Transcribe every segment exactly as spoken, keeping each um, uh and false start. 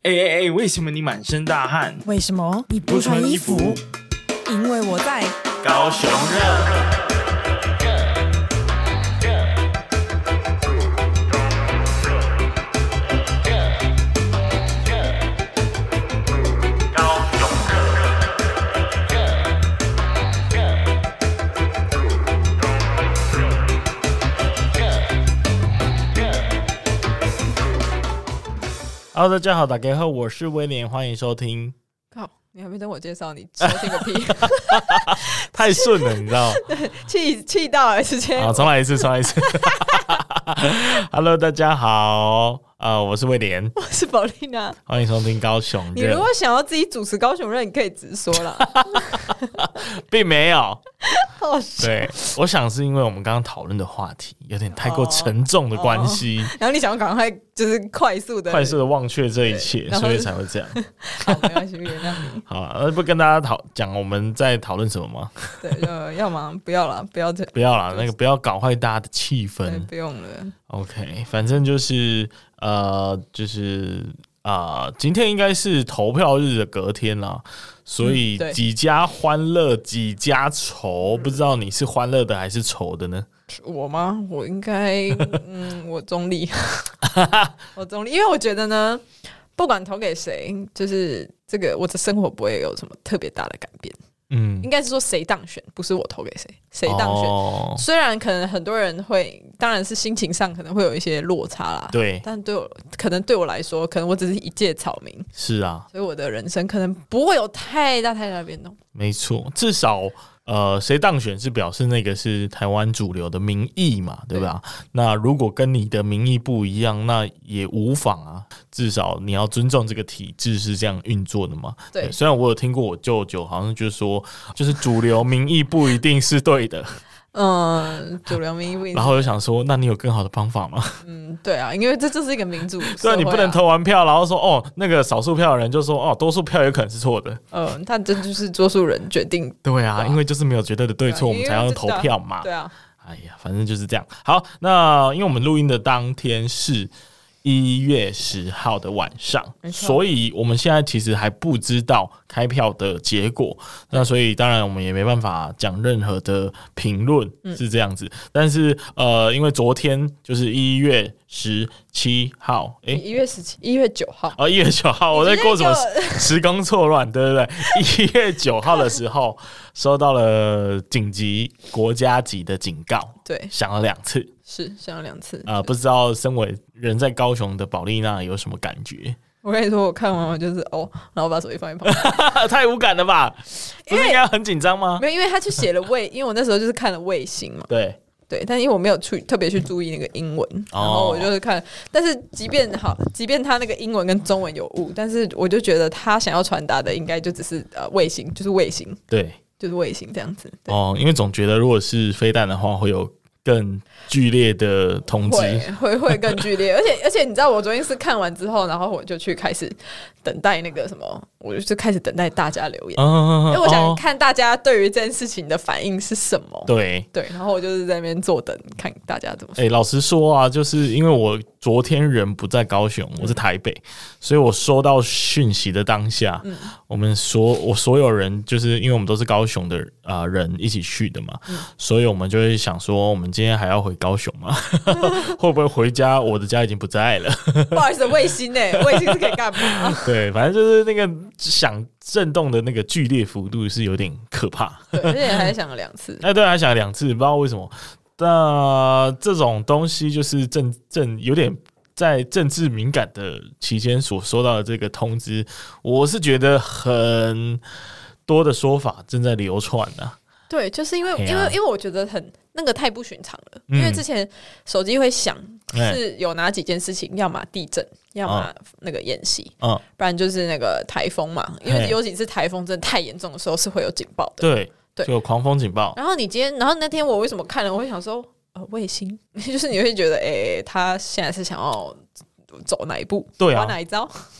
哎哎哎，为什么你满身大汗？ 为什么你不穿衣服？因为我在高雄热。Hello， 大家好，大家好，我是威廉，欢迎收听。 靠，你还没等我介绍，你收听个屁！ 太顺了，你知道？ 气气到了，直接。 好，重来一次，重来一次。Hello， 大家好，呃，我是威廉， 我是宝丽娜， 欢迎收听高雄热。 你如果想要自己主持高雄热，你可以直说啦。 并没有。 好对，我想是因为我们刚刚讨论的话题有点太过沉重的关系、哦哦，然后你想赶快就是快速的快速的忘却这一切，所以才会这样。 好，没关系，原谅你。 好，那不跟大家讨讲我们在讨论什么吗？ 对，就要吗？不要啦，不要这， 不要啦，那个不要搞坏大家的气氛。 不用了。 OK， 反正就是呃，就是啊、呃，今天应该是投票日的隔天啦。所以几家欢乐几家愁、嗯、不知道你是欢乐的还是愁的呢？ 我吗？我应该嗯，我中立。我中立，因为我觉得呢，不管投给谁，就是这个我的生活不会有什么特别大的改变。嗯，应该是说谁当选，不是我投给谁，谁当选、哦。虽然可能很多人会，当然是心情上可能会有一些落差啦。 对， 但对我可能对我来说，可能我只是一介草民。 是啊， 所以我的人生可能不会有太大太大的变动。 没错，至少呃，谁当选是表示那个是台湾主流的民意嘛，对吧？对，那如果跟你的民意不一样，那也无妨啊。至少你要尊重这个体制是这样运作的嘛。对，对，虽然我有听过我舅舅好像就是说，就是主流民意不一定是对的。 嗯，主流民意不一定。 然后我就想说，那你有更好的方法吗？ 嗯，对啊，因为这就是一个民主社会啊。 对，你不能投完票，然后说哦，那个少数票的人就说哦，多数票有可能是错的。 嗯，他这就是多数人决定。 对啊，因为就是没有绝对的对错，我们才要投票嘛。 对啊。 哎呀，反正就是这样。好，那因为我们录音的当天是一月十号的晚上，所以我们现在其实还不知道开票的结果。那所以当然我们也没办法讲任何的评论，是这样子。嗯、但是呃，因为昨天就是一月十七号，哎， 一月十七，一月九号， 哦，一月九号，我在过什么时空错乱，对不对？一月九号的时候收到了紧急国家级的警告，对，响了两次。 是想了两次啊、呃，不知道身为人在高雄的宝丽娜有什么感觉？ 我跟你说，我看完我就是哦，然后把手机放一旁， 太无感了吧？不是应该很紧张吗？ 没有，因为他去写了卫，因为我那时候就是看了卫星嘛， 对对，但因为我没有去特别去注意那个英文，然后我就是看，但是即便好，即便他那个英文跟中文有误，但是我就觉得他想要传达的应该就只是呃卫星，就是卫星， 对， 就是卫星这样子。 哦，因为总觉得如果是飞弹的话，会有更剧烈的通知， 会会会更剧烈，而且而且你知道，我昨天是看完之后，然后我就去开始等待那个什么，我就开始等待大家留言，嗯、因为我想看大家对于这件事情的反应是什么。对对，然后我就是在那边坐等，看大家怎么说。哎、 欸，老实说啊，就是因为我昨天人不在高雄，我在台北，嗯、所以我收到讯息的当下，嗯、我们所我所有人就是因为我们都是高雄的啊、呃、人一起去的嘛，嗯、所以我们就会想说，我们今天还要回高雄吗？会不会回家？我的家已经不在了。 不好意思，卫星哎、欸，卫星是可以干嘛？ 对，反正就是那个响震动的那个剧烈幅度是有点可怕。 对，而且还想了两次。 哎，对，还想了两次，不知道为什么。那这种东西就是政政有点在政治敏感的期间所收到的这个通知，我是觉得很多的说法正在流传啊。 对，就是因为、啊、因为因为我觉得很那个太不寻常了，嗯、因为之前手机会响是有哪几件事情，要么地震，要么那个演习，嗯、不然就是那个台风嘛，因为有几次台风真的太严重的时候是会有警报的， 对，对，就有狂风警报。 然后你今天，然后那天我为什么看了，我会想说，呃，卫星，就是你会觉得，哎、欸，他现在是想要走哪一步，对啊，玩哪一招？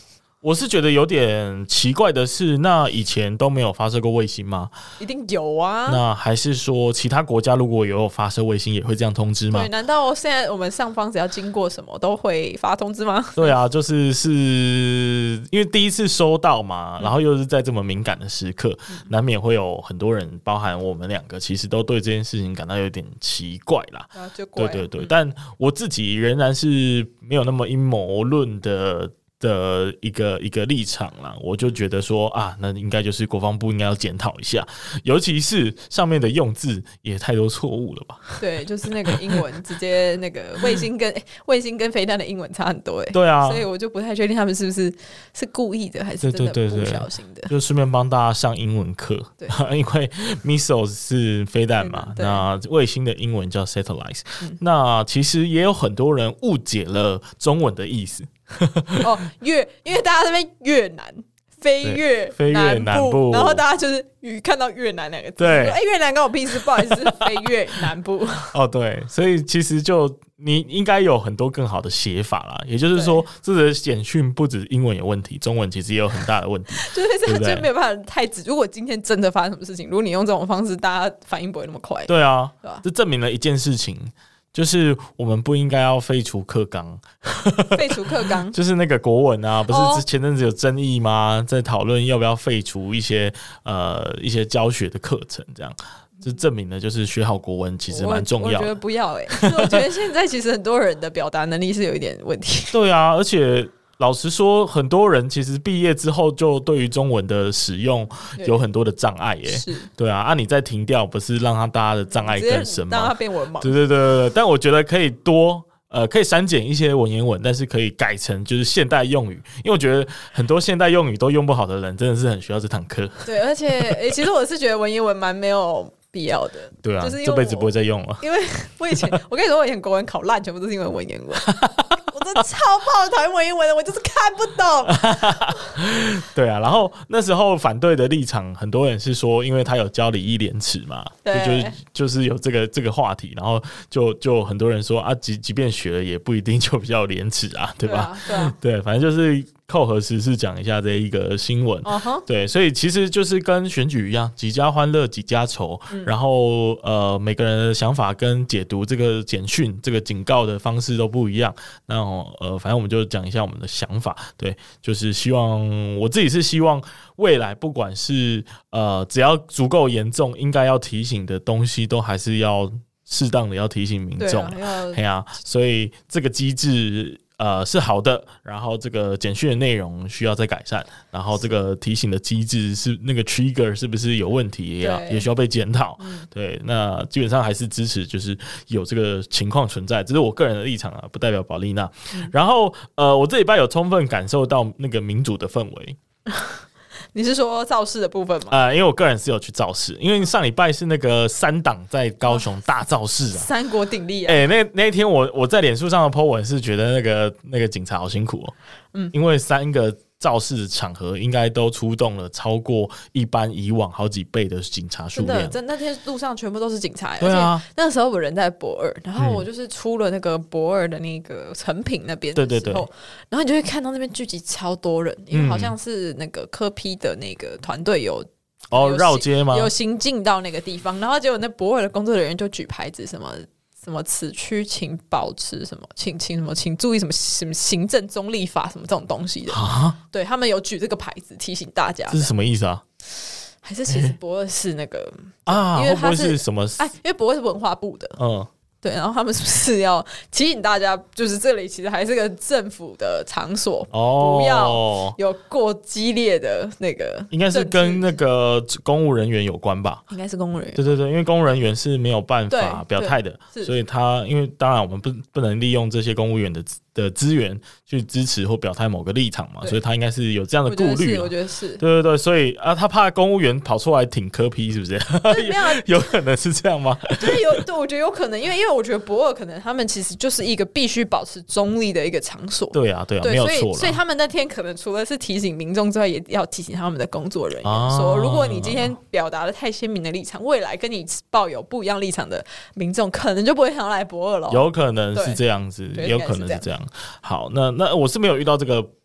我是觉得有点奇怪的是，那以前都没有发射过卫星吗？ 一定有啊。 那还是说其他国家如果有发射卫星也会这样通知吗？ 对，难道现在我们上方只要经过什么都会发通知吗？ 对啊，就是是因为第一次收到嘛，然后又是在这么敏感的时刻，嗯、难免会有很多人，包含我们两个，其实都对这件事情感到有点奇怪啦。 啊，就怪对对对， 嗯、 但我自己仍然是没有那么阴谋论的。的一个一个立场啦，我就觉得说啊，那应该就是国防部应该要检讨一下，尤其是上面的用字也太多错误了吧？ 对，就是那个英文直接那个卫星跟卫星跟飞弹的英文差很多哎、欸。 对啊， 所以我就不太确定他们是不是是故意的，还是真的不小心的。 对对对对，就顺便帮大家上英文课，对，因为 missiles 是飞弹嘛，那卫星的英文叫 satellites，、嗯、那其实也有很多人误解了中文的意思。 哦，越因为大家这边越南飞越飞越南部， 然后大家就是看到越南两个字，对，哎、欸，越南跟我屁事，不好意思，飞越南部。 哦，对，所以其实就你应该有很多更好的写法啦。也就是说，这个简讯不止英文有问题，中文其实也有很大的问题， 就是这样就没有办法太直。如果今天真的发生什么事情，如果你用这种方式，大家反应不会那么快。 对啊，对吧？这证明了一件事情。就是我们不应该要废除课纲， 废除课纲就是那个国文啊，不是前阵子有争议吗？在讨论要不要废除一些呃一些教学的课程，这样就证明了就是学好国文其实蛮重要的。 我, 我觉得不要哎、欸，我觉得现在其实很多人的表达能力是有一点问题。 对啊，而且。老实说，很多人其实毕业之后就对于中文的使用有很多的障碍耶、欸。对啊，啊，你再停掉，不是让他大家的障碍更深吗？ 让他变文盲。 对对对对，但我觉得可以多呃，可以删减一些文言文，但是可以改成就是现代用语，因为我觉得很多现代用语都用不好的人，真的是很需要这堂课。 对，而且、欸、其实我是觉得文言文蛮没有必要的。 对啊， 就是这辈子不会再用了。 因为我以前，我跟你说，我以前国文考烂，全部都是因为文言文。我真的超爆讨厌文言文的，我就是看不懂。 对啊，然后那时候反对的立场，很多人是说，因为他有教礼义廉耻嘛，对，就是就是有这个这个话题，然后就就很多人说啊，即即便学了，也不一定就比较有廉耻啊，对吧？ 对啊， 对啊，对，反正就是扣合时事讲一下这一个新闻。Uh-huh. 对，所以其实就是跟选举一样，几家欢乐几家愁。嗯、然后呃，每个人的想法跟解读这个简讯、这个警告的方式都不一样。那呃，反正我们就讲一下我们的想法。对，就是希望我自己是希望未来不管是呃，只要足够严重，应该要提醒的东西，都还是要适当的要提醒民众。对啊，所以这个机制。呃，是好的，然后这个简讯的内容需要再改善，然后这个提醒的机制是那个 trigger 是不是有问题，也要也需要被检讨。嗯、对，那基本上还是支持，就是有这个情况存在，这是我个人的立场啊，不代表宝丽娜。嗯、然后呃，我这礼拜有充分感受到那个民主的氛围。 你是说造势的部分吗？ 呃，因为我个人是有去造势，因为上礼拜是那个三党在高雄大造势啊， 三国鼎立啊。 哎、欸，那那一天我我在脸书上的 po 文是觉得那个那个警察好辛苦哦，嗯，因为三个造势场合应该都出动了超过一般以往好几倍的警察数量。 真的，真那天路上全部都是警察。 对啊， 而且那时候我人在博二，然后我就是出了那个博二的那个成品那边的时候，对对对，然后你就会看到那边聚集超多人，因为好像是那个科批的那个团队有。 哦，绕街吗？ 有行进到那个地方，然后结果那博尔的工作人员就举牌子，什么什么此区请保持什么，请请什么，请注意什么什么行政中立法什么这种东西的啊？对，他们有举这个牌子提醒大家， 这是什么意思啊？ 还是其实博尔是那个啊？ 因为他是, 是什么？ 哎，因为博尔是文化部的， 嗯。 对，然后他们是不是要提醒大家，就是这里其实还是个政府的场所，哦、不要有过激烈的那个， 应该是跟那个公务人员有关吧？ 应该是公务人员， 对对对，因为公务人员是没有办法表态的，所以他因为当然我们不不能利用这些公务员的的资源去支持或表态某个立场嘛，所以他应该是有这样的顾虑。 我觉得是， 对对对，所以啊，他怕公务员跑出来挺柯 P， 是不是？有可能是这样吗？ 就是有，对，我觉得有可能，因为因为我觉得博尔可能他们其实就是一个必须保持中立的一个场所。 对啊，对啊，对没有错啦。 所以他们那天可能除了是提醒民众之外，也要提醒他们的工作人员、啊、说，如果你今天表达了太鲜明的立场，未来跟你抱有不一样立场的民众，可能就不会想要来博尔了。 有可能是这样子，有可能是这样。好，那那我是没有遇到这个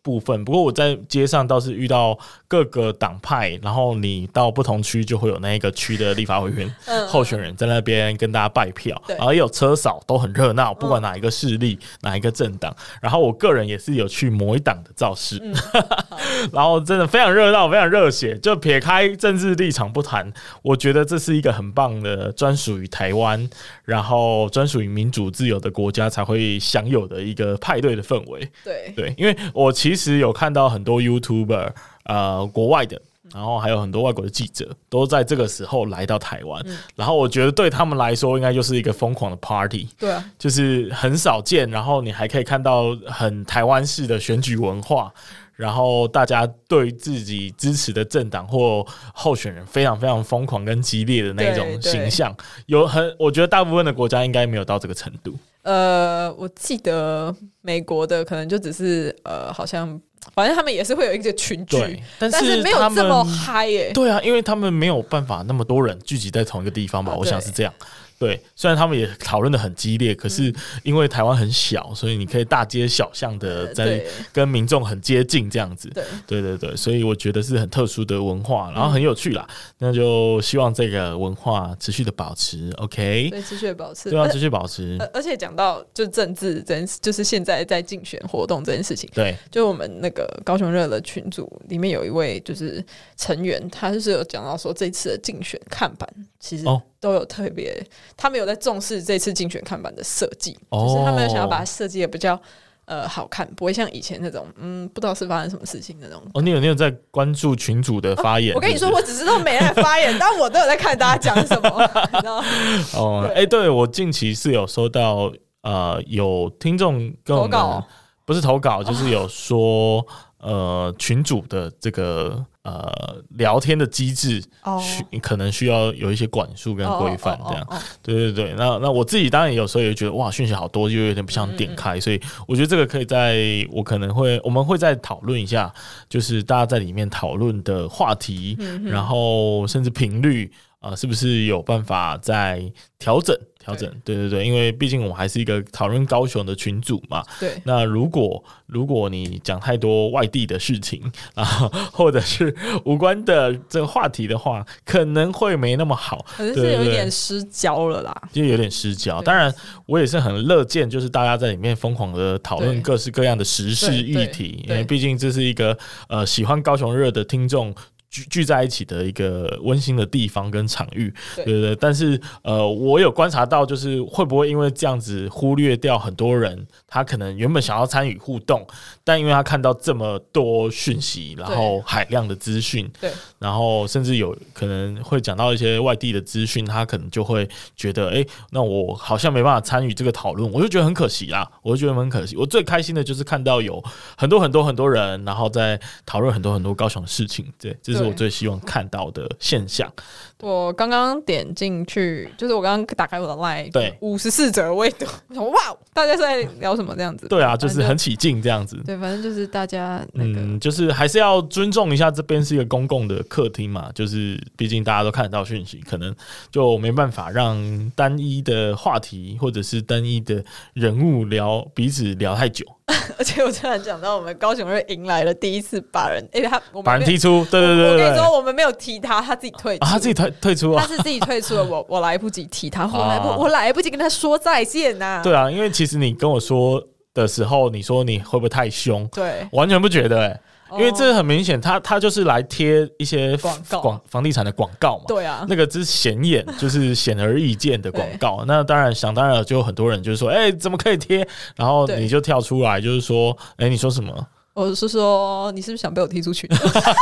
部分，不过我在街上倒是遇到各个党派，然后你到不同区就会有那一个区的立法委员候选人在那边跟大家拜票，然后也有车扫，都很热闹，不管哪一个势力、嗯、哪一个政党。然后我个人也是有去某一党的造势、嗯、然后真的非常热闹，非常热血。就撇开政治立场不谈，我觉得这是一个很棒的专属于台湾，然后专属于民主自由的国家才会享有的一个派对的氛围。 对对，因为我其实有看到很多 YouTuber， 呃，国外的，然后还有很多外国的记者都在这个时候来到台湾、嗯、然后我觉得对他们来说应该就是一个疯狂的 party。 对啊， 就是很少见，然后你还可以看到很台湾式的选举文化，然后大家对自己支持的政党或候选人非常非常疯狂跟激烈的那种形象，有很，我觉得大部分的国家应该没有到这个程度。 呃，我记得美国的可能就只是呃，好像反正他们也是会有一个群聚，但 是, 但是没有这么嗨耶、欸。 对啊，因为他们没有办法那么多人聚集在同一个地方吧，啊、我想是这样。对，虽然他们也讨论的很激烈，可是因为台湾很小，所以你可以大街小巷的在跟民众很接近这样子。对对对对，所以我觉得是很特殊的文化，然后很有趣啦。嗯、那就希望这个文化持续的保持 ，OK？ 对，持续的保持， 对啊，持续保持。 而且讲到就政治这件事，就是现在在竞选活动这件事情， 对， 就我们那个高雄热的群组里面有一位就是成员，他就是有讲到说这次的竞选看板其实都有特别。哦，他们有在重视这次竞选看板的设计，哦、就是他们有想要把它设计的比较呃好看，不会像以前那种嗯不知道是发生什么事情那种。 哦，你有你有在关注群组的发言？ 哦、我跟你说，我只知道没人发言，但我都有在看大家讲什么，你知道吗？ 哦，哎、欸，对，我近期是有收到呃有听众跟我们投稿，不是投稿，就是有说、哦、呃群组的这个。呃，聊天的机制、oh. 可能需要有一些管束跟规范，这样， oh, oh, oh, oh. 对对对。那那我自己当然有时候也觉得哇，讯息好多，就有点不想点开，嗯嗯，所以我觉得这个可以在我可能会我们会再讨论一下，就是大家在里面讨论的话题，嗯、然后甚至频率。呃，是不是有办法再调整调整？对对对，因为毕竟我们还是一个讨论高雄的群组嘛。对。那如果如果你讲太多外地的事情啊，或者是无关的这个话题的话，可能会没那么好。 可能是有一点失焦了啦， 就有点失焦。当然，我也是很乐见，就是大家在里面疯狂的讨论各式各样的时事议题，因为毕竟这是一个呃喜欢高雄热的听众。聚, 聚在一起的一个温馨的地方跟场域，对对对。但是呃，我有观察到，就是会不会因为这样子忽略掉很多人，他可能原本想要参与互动，但因为他看到这么多讯息，然后海量的资讯，对，然后甚至有可能会讲到一些外地的资讯，他可能就会觉得，哎、欸，那我好像没办法参与这个讨论，我就觉得很可惜啦，我就觉得很可惜。我最开心的就是看到有很多很多很多人，然后在讨论很多很多高雄的事情，对，这是我最希望看到的现象。 我刚刚点进去，就是我刚刚打开我的 LINE， 对，五十四则未读，我想哇，大家是在聊什么这样子？ 对啊，就是很起劲这样子。 对，反正就是大家那个， 嗯，就是还是要尊重一下，这边是一个公共的客厅嘛，就是毕竟大家都看得到讯息，可能就没办法让单一的话题或者是单一的人物聊彼此聊太久。 而且我突然讲到，我们高雄队迎来了第一次把人，因为他我们把人踢出，对对 对, 对，我跟你说，我们没有踢他，他自己退出， 啊、他自己退退出、啊， 他是自己退出了，我我来不及踢他，我来不、啊、我来不及跟他说再见呐、啊。 对啊，因为其实你跟我说的时候，你说你会不会太凶？ 对， 完全不觉得哎、欸。因为这很明显，他他就是来贴一些广告、 房地产的广告嘛。对啊，那个只是显眼，就是显而易见的广告。那当然，想当然就有很多人就是说，哎、欸，怎么可以贴？然后你就跳出来，就是说，哎、欸，你说什么？ 我是说，你是不是想被我踢出去？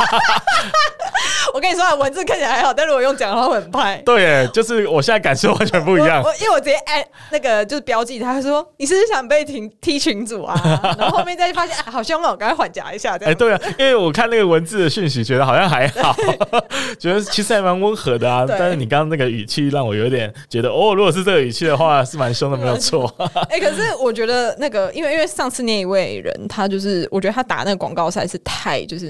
我跟你说，文字看起来还好，但如果用讲的话会很派。 对耶，就是我现在感受完全不一样。 我我因为我直接按那个就是标记他，说你是不是想被踢踢群组啊？然后后面再发现、啊、好凶哦，赶快缓夹一下这样。哎、欸，对啊，因为我看那个文字的讯息，觉得好像还好，觉得其实还蛮温和的啊。但是你刚刚那个语气让我有点觉得，哦，如果是这个语气的话，是蛮凶的，没有错。 哎、欸，可是我觉得那个，因为因为上次那一位人，他就是我觉得他打那个广告实在是太就是你知道。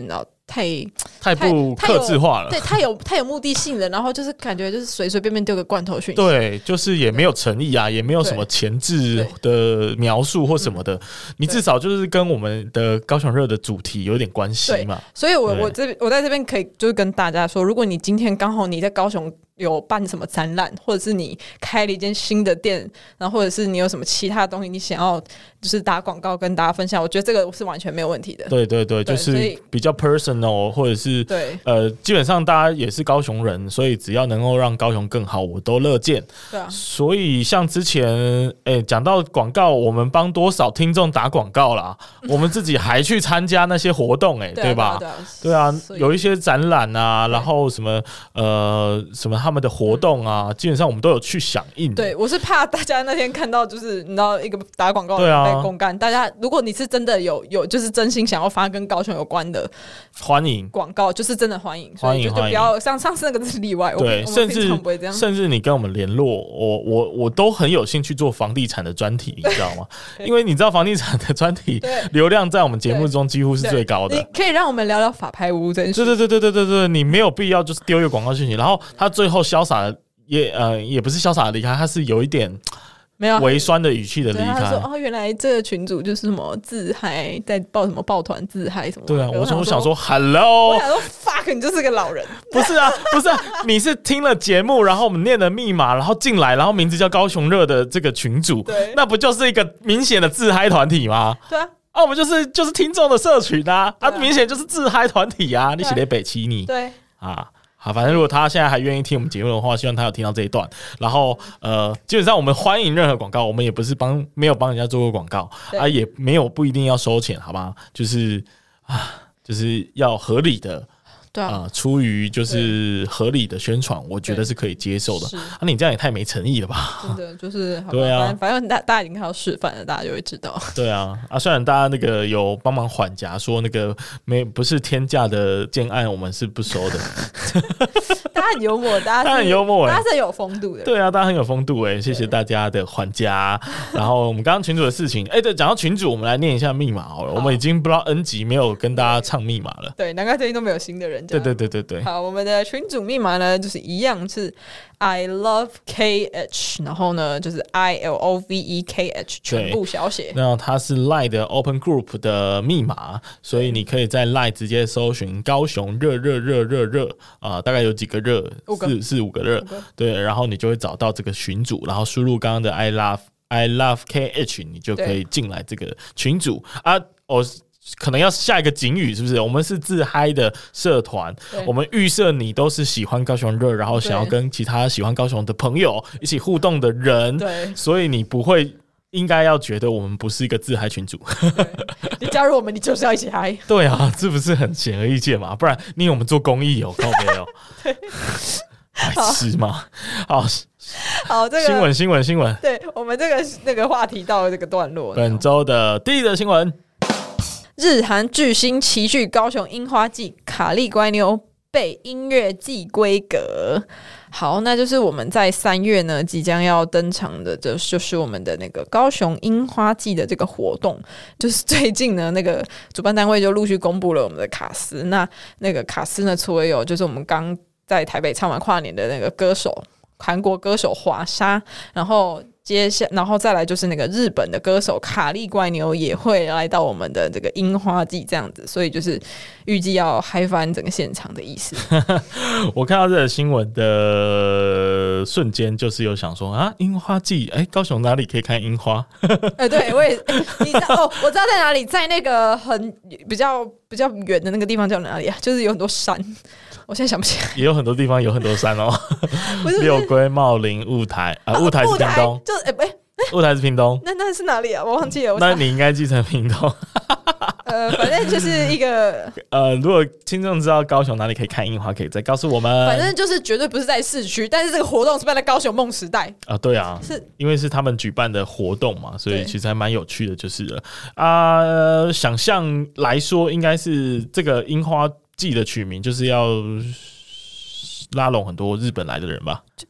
太太不客制化了， 对，太有太有目的性了，然后就是感觉就是随随便便丢个罐头讯息， 对，就是也没有诚意啊，也没有什么前置的描述或什么的，你至少就是跟我们的高雄热的主题有点关系嘛。 所以我我这我在这边可以就是跟大家说，如果你今天刚好你在高雄有办什么展览，或者是你开了一间新的店，然后或者是你有什么其他东西你想要就是打广告跟大家分享，我觉得这个是完全没有问题的。 对对对，对就是比较 personal， 或者是对呃，基本上大家也是高雄人，所以只要能够让高雄更好，我都乐见。 对啊， 所以像之前哎讲到广告，我们帮多少听众打广告啦，我们自己还去参加那些活动哎、欸，对吧？对啊，有一些展览啊，然后什么呃什么他们的活动啊，嗯、基本上我们都有去响应。 对，我是怕大家那天看到就是你知道一个打广告的人被公干，大家如果你是真的有有就是真心想要发跟高雄有关的， 欢迎广告，就是真的欢迎，欢迎，就不要像上次那个是例外。 对，甚至甚至你跟我们联络，我我我都很有兴趣做房地产的专题，你知道吗？因为你知道房地产的专题流量在我们节目中几乎是最高的。 你可以让我们聊聊法拍屋这件事。 对对对对对对对，你没有必要就是丢一个广告讯息，然后他最后潇洒的也呃也不是潇洒的离开，他是有一点。没有微酸的语气的离开。 他说：“哦，原来这个群组就是什么自嗨，在报什么抱团自嗨什么。” 对啊，我说我想说 ，Hello， 我想说 ，fuck， 你就是个老人。 不是啊，不是啊，你是听了节目，然后我们念了密码，然后进来，然后名字叫高雄热的这个群组，对，那不就是一个明显的自嗨团体吗？ 对啊， 啊，我们就是就是听众的社群啊，啊，明显就是自嗨团体啊，你写的北七你对啊。好，反正如果他现在还愿意听我们节目的话，希望他有听到这一段。然后，呃，基本上我们欢迎任何广告，我们也不是帮没有帮人家做过广告啊，也没有不一定要收钱，好吗？就是啊，就是要合理的。对啊、呃，出于就是合理的宣传，我觉得是可以接受的。啊，你这样也太没诚意了吧？ 真的就是好， 对啊， 反正大大家已经看到示范了，大家就会知道。 对啊，啊，虽然大家那个有帮忙缓颊，说那个没不是天价的建案，我们是不收的。 大家很幽默，大家很幽默、欸， 大家是很有风度的。 对啊，大家很有风度哎、欸，谢谢大家的缓颊。然后我们刚刚群组的事情，哎、欸，对，讲到群组，我们来念一下密码好了。好，我们已经不知道 N 集没有跟大家唱密码了。 对，难怪最近都没有新的人。 对对对对对。 好，我们的群组密码呢，就是一样是 I love K H， 然后呢就是 I L O V E K H 全部小写。 那它是 Line 的 Open Group 的密码，所以你可以在 Line 直接搜寻高雄热热热热热啊，大概有几个热，四四五个热，对，然后你就会找到这个群组，然后输入刚刚的 I love I love K H， 你就可以进来这个群组啊。哦。可能要下一个警语，是不是？我们是自嗨的社团，我们预设你都是喜欢高雄热，然后想要跟其他喜欢高雄的朋友一起互动的人，对，所以你不会应该要觉得我们不是一个自嗨群组。 你加入我们，你就是要一起嗨。 对啊，这不是很显而易见嘛？不然你以为我们做公益哦，靠北哦，白痴吗？好。 好，这个新闻新闻新闻， 对我们这个那个话题到了这个段落。 本周的第一则新闻。 日韩巨星齐聚高雄樱花季，卡利乖妞被音乐季规格。好，那就是我们在三月呢即将要登场的，这就是我们的那个高雄樱花季的这个活动。就是最近呢，那个主办单位就陆续公布了我们的卡司。那那个卡司呢，除了有就是我们刚在台北唱完跨年的那个歌手。韩国歌手华莎，然后接下，然后再来就是那个日本的歌手卡利怪牛也会来到我们的这个樱花季这样子，所以就是预计要嗨翻整个现场的意思。 我看到这个新闻的瞬间，就是有想说啊，樱花季，哎，高雄哪里可以看樱花？ 哎、欸，对，我也，欸、你知道哦，我知道在哪里，在那个很比较比较远的那个地方叫哪里啊？就是有很多山。我现在想不起来， 也有很多地方有很多山哦，六龟、茂林、雾台啊，雾台是屏东， 就哎哎， 雾台是屏东， 那那是哪里啊？我忘记了。 那你应该记成屏东。 呃，反正就是一个呃，如果听众知道高雄哪里可以看樱花，可以再告诉我们。 反正就是绝对不是在市区，但是这个活动是办在高雄梦时代啊，对啊，是因为是他们举办的活动嘛，所以其实还蛮有趣的，就是了啊、呃。想象来说，应该是这个樱花季的取名就是要拉拢很多日本来的人吧？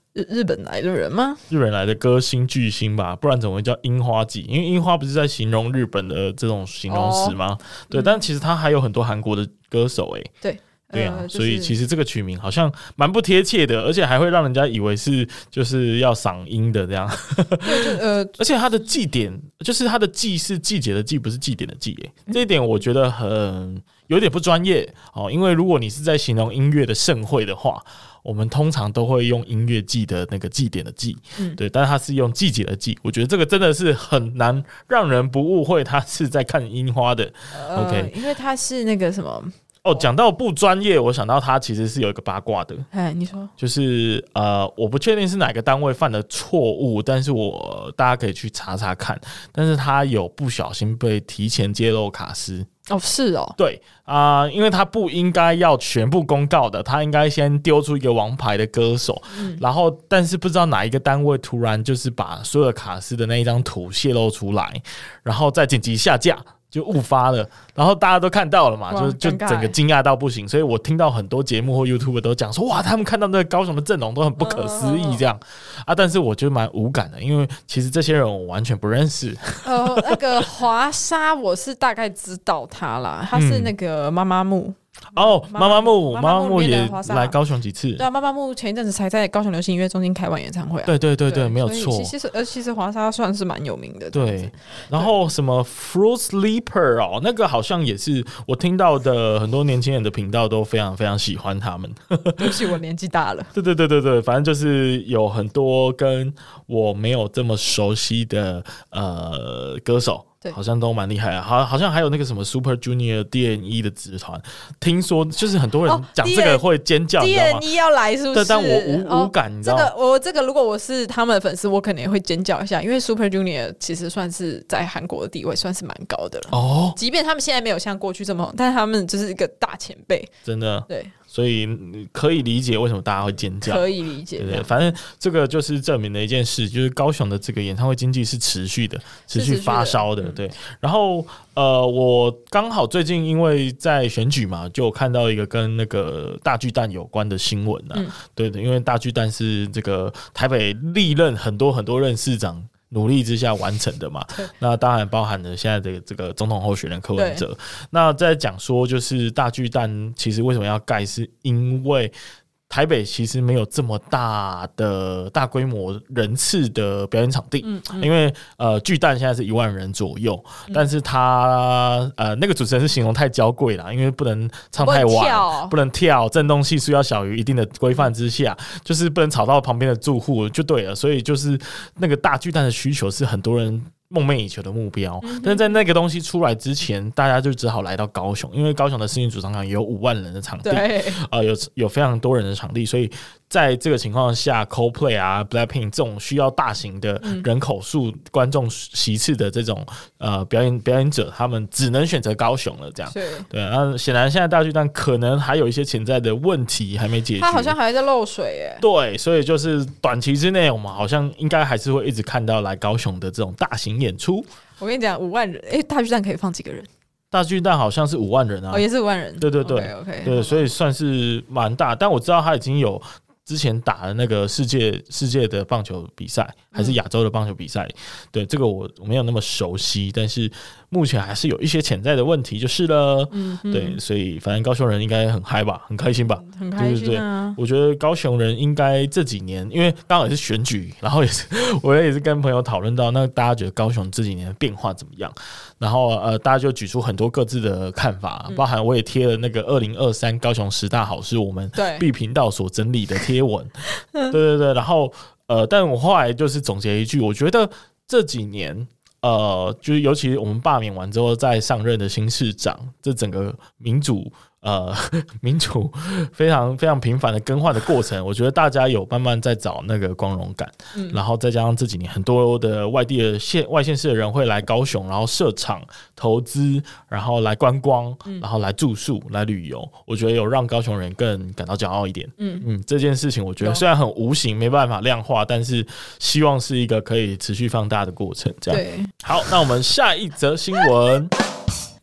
日日本来的人吗？ 日本来的歌星巨星吧，不然怎么会叫樱花季？因为樱花不是在形容日本的这种形容词吗？哦、对、嗯，但其实他还有很多韩国的歌手哎、欸。 对。 对啊、 呃就是， 所以其实这个取名好像蛮不贴切的，而且还会让人家以为是就是要赏樱的这样。 对，呃， 而且它的祭典就是它的祭是季节的祭，不是祭典的祭、欸，这一点我觉得很有点不专业哦。因为如果你是在形容音乐的盛会的话，我们通常都会用音乐季的那个祭典的祭，嗯，对，但是它是用季节的季，我觉得这个真的是很难让人不误会它是在看樱花的。 呃、 OK， 因为它是那个什么。 哦，讲到不专业，我想到他其实是有一个八卦的。 哎，你说， 就是呃，我不确定是哪个单位犯的错误，但是我、呃、大家可以去查查看。但是他有不小心被提前揭露卡司。 哦，是哦， 对啊、呃，因为他不应该要全部公告的，他应该先丢出一个王牌的歌手，嗯、然后但是不知道哪一个单位突然就是把所有的卡司的那一张图泄露出来，然后再紧急下架。就误发了，然后大家都看到了嘛，就就整个惊讶到不行，所以我听到很多节目或 YouTube 都讲说，哇，他们看到那个高雄的阵容都很不可思议这样、嗯、啊，但是我觉得蛮无感的，因为其实这些人我完全不认识。 呃，那个华莎我是大概知道他啦，他是那个妈妈木。 哦，妈妈木，妈妈木也来高雄几次。 对啊，妈妈木前一阵子才在高雄流行音乐中心开完演唱会啊。 对对对 对, 对，没有错。 其实呃，其实华莎算是蛮有名的。 对，然后什么 Fruit Sleeper 哦，那个好像也是我听到的很多年轻人的频道都非常非常喜欢他们。 对不起，我年纪大了。 对对对对对，反正就是有很多跟我没有这么熟悉的呃歌手。好像都蛮厉害啊，好，好像还有那个什么 Super Junior D N E 的子团，听说就是很多人讲这个会尖叫， D N E 要来是不是？ 对，但我无、哦、无感，你知道吗？ 这个我这个如果我是他们的粉丝，我可能也会尖叫一下，因为 Super Junior 其实算是在韩国的地位算是蛮高的了哦。即便他们现在没有像过去这么红，但是他们就是一个大前辈， 真的对。 所以可以理解为什么大家会尖叫， 可以理解。 对对，反正这个就是证明的一件事，就是高雄的这个演唱会经济是持续的，持续发烧的。对，然后呃，我刚好最近因为在选举嘛，就有看到一个跟那个大巨蛋有关的新闻啊。嗯、对的，因为大巨蛋是这个台北历任很多很多任市长努力之下完成的嘛，那当然包含了现在的这个总统候选人柯文哲。那在讲说，就是大巨蛋其实为什么要盖，是因为台北其实没有这么大的大规模人次的表演场地，嗯嗯、因为呃巨蛋现在是一万人左右，嗯、但是他呃那个主持人是形容太娇贵了，因为不能唱太晚，不能跳，震动系数要小于一定的规范之下，就是不能吵到旁边的住户就对了，所以就是那个大巨蛋的需求是很多人梦寐以求的目标，嗯、但是在那个东西出来之前，大家就只好来到高雄，因为高雄的世新主场场有五万人的场地，呃，有有非常多人的场地，所以在这个情况下 ，Coldplay 啊 ，Blackpink 这种需要大型的人口数、嗯、观众席次的这种呃表演表演者，他们只能选择高雄了。这样，对，那显然现在大巨蛋可能还有一些潜在的问题还没解决， 它好像还在漏水耶。 对，所以就是短期之内，我们好像应该还是会一直看到来高雄的这种大型演出。 我跟你讲，五万人，哎、欸，大巨蛋可以放几个人？ 大巨蛋好像是五万人啊， 哦，也是五万人。 对对对 ，OK，, okay 对，所以算是蛮大。但我知道他已经有之前打的那个世界世界的棒球比赛，还是亚洲的棒球比赛。嗯、对，这个我我没有那么熟悉，但是目前还是有一些潜在的问题，就是了。嗯，对，所以反正高雄人应该很嗨吧，很开心吧， 很开心啊。 对对对，我觉得高雄人应该这几年，因为刚好也是选举，然后也是我也是跟朋友讨论到，那大家觉得高雄这几年的变化怎么样？然后呃，大家就举出很多各自的看法，嗯、包含我也贴了那个二零二三高雄十大好是我们 B 频道所整理的贴文。对对对，然后呃，但我后来就是总结一句，我觉得这几年呃，就是尤其我们罢免完之后，再上任的新市长，这整个民主。呃，民主非常非常频繁的更换的过程，我觉得大家有慢慢在找那个光荣感，嗯、然后再加上这几年很多的外地的县外县市的人会来高雄，然后设厂投资，然后来观光，嗯、然后来住宿、来旅游，我觉得有让高雄人更感到骄傲一点。嗯嗯，这件事情我觉得虽然很无形，没办法量化，但是希望是一个可以持续放大的过程。这样，对，好，那我们下一则新闻。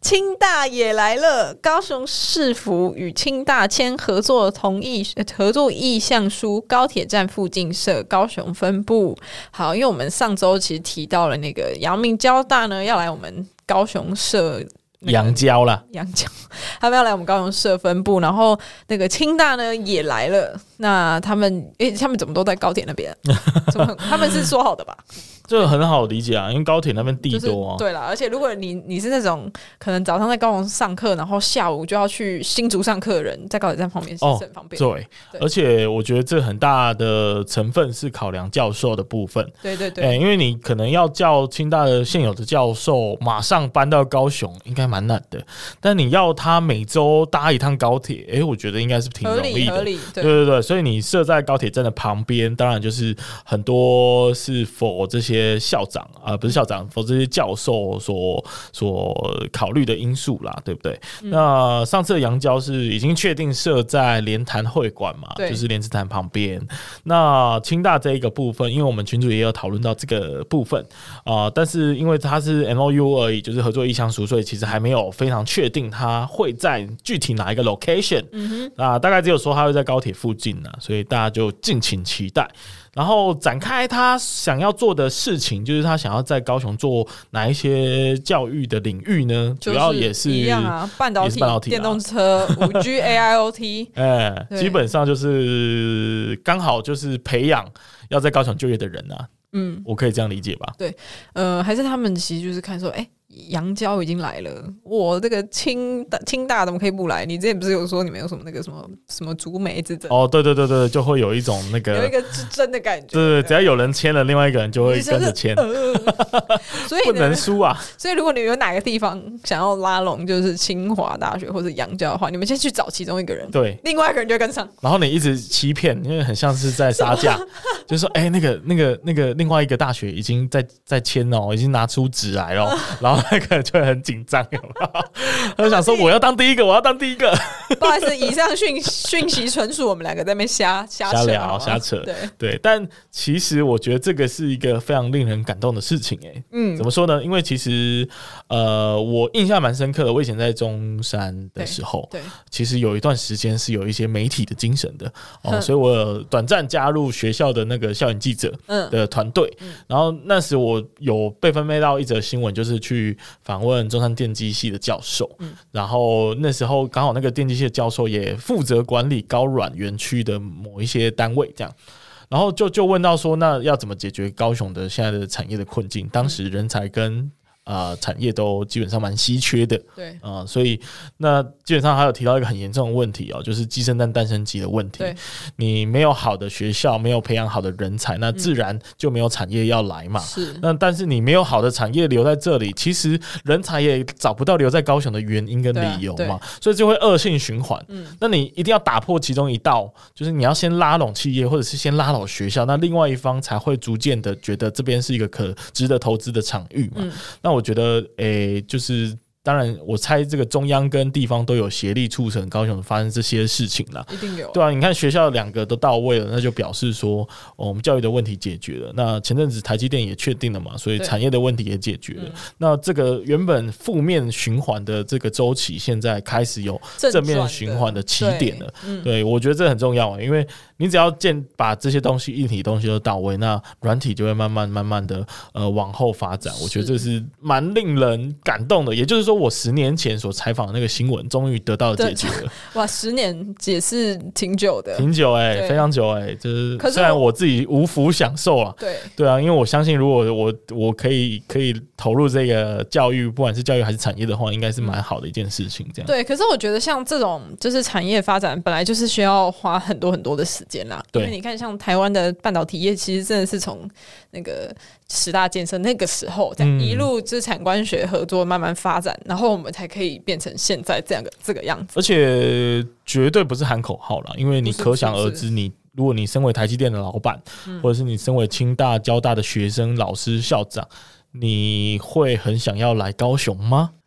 清大也来了，高雄市府与清大签合作同意合作意向书，高铁站附近设高雄分部。好，因为我们上周其实提到了那个阳明交大呢要来我们高雄设。 阳交啦， 阳交，他们要来我们高雄设分部，然后那个清大呢也来了。那他们，诶、欸，他们怎么都在高铁那边？怎么？他们是说好的吧？ 这个很好理解啊，因为高铁那边地多啊。 就是、对啦，而且如果你你是那种可能早上在高雄上课，然后下午就要去新竹上课的人，在高铁站旁边是很方便、 哦对。对，而且我觉得这很大的成分是考量教授的部分。 对对对、 欸，因为你可能要叫清大的现有的教授马上搬到高雄，应该蛮难的。但你要他每周搭一趟高铁，哎、欸，我觉得应该是挺容易的。 合理， 对对对，所以你设在高铁站的旁边，当然就是很多是否这些校长啊、呃，不是校长，否这些教授所所考虑的因素啦，对不对？嗯、那上次的阳交是已经确定设在莲潭会馆嘛，就是莲池潭旁边。那清大这一个部分，因为我们群组也有讨论到这个部分啊、呃，但是因为它是 M O U 而已，就是合作意向书，所以其实还没有非常确定它会在具体哪一个 location， 嗯哼，啊，大概只有说它会在高铁附近呢，所以大家就敬请期待。然后展开他想要做的事情，就是他想要在高雄做哪一些教育的领域呢？主要也是一样啊，半导体、 半导体、 电动车、五 G、A I O T， 哎，基本上就是刚好就是培养要在高雄就业的人啊。嗯，我可以这样理解吧？ 对，呃，还是他们其实就是看说，哎、欸。阳交已经来了，我这个清大清大怎么可以不来？你之前不是有说你们有什么那个什么什么竹梅之争？ 哦，对对对对，就会有一种那个有一个之争的感觉。 对对，只要有人签了，另外一个人就会跟着签，呃、 所以不能输啊。 所以如果你有哪个地方想要拉拢，就是清华大学或者阳交的话，你们先去找其中一个人，对，另外一个人就跟上。 然后你一直欺骗，因为很像是在杀价，就是说，哎、欸，那个那个那个另外一个大学已经在在签哦，已经拿出纸来了，然后那个人就会很紧张，有没有？他就想说我要当第一个，我要当第一个。 不好意思，以上讯讯息纯属我们两个在那边瞎瞎瞎聊瞎扯，对对。但其实我觉得这个是一个非常令人感动的事情、欸，哎，嗯，怎么说呢？因为其实呃，我印象蛮深刻的。我以前在中山的时候，对，对其实有一段时间是有一些媒体的精神的哦，所以我有短暂加入学校的那个校园记者的团队、嗯嗯。然后那时我有被分配到一则新闻，就是去访问中山电机系的教授、嗯，然后那时候刚好那个电机系的教授也负责管理高软园区的某一些单位，这样，然后就就问到说，那要怎么解决高雄的现在的产业的困境？当时人才跟呃，产业都基本上蛮稀缺的，对啊、呃，所以那基本上还有提到一个很严重的问题哦，就是鸡生蛋，蛋生鸡的问题。你没有好的学校，没有培养好的人才，那自然就没有产业要来嘛。是、嗯，那但是你没有好的产业留在这里，其实人才也找不到留在高雄的原因跟理由嘛，所以就会恶性循环。嗯，那你一定要打破其中一道，就是你要先拉拢企业，或者是先拉拢学校，那另外一方才会逐渐的觉得这边是一个可值得投资的场域嘛。嗯、那我觉得，诶、欸，就是当然，我猜这个中央跟地方都有协力促成高雄发生这些事情啦， 一定有。 对啊，你看学校两个都到位了，那就表示说、哦、我们教育的问题解决了。那前阵子台积电也确定了嘛，所以产业的问题也解决了。那这个原本负面循环的这个周期，现在开始有正面循环的起点了。对, 对，我觉得这很重要，因为你只要建把这些东西硬体东西都到位，那软体就会慢慢慢慢的呃往后发展。我觉得这是蛮令人感动的。也就是说，我十年前所采访的那个新闻，终于得到了解决了。 哇，十年也是挺久的， 挺久哎、欸，非常久哎、欸。就是虽然我自己无福享受了，对对啊，因为我相信，如果我我可以可以投入这个教育，不管是教育还是产业的话，应该是蛮好的一件事情。这样对，可是我觉得像这种就是产业发展，本来就是需要花很多很多的时间啦。因为你看，像台湾的半导体业，其实真的是从那个十大建设那个时候，这样一路就是产官学合作慢慢发展，然后我们才可以变成现在这样的这个样子。 而且绝对不是喊口号啦，因为你可想而知，你如果你身为台积电的老板、嗯，或者是你身为清大、交大的学生、老师、校长，你会很想要来高雄吗？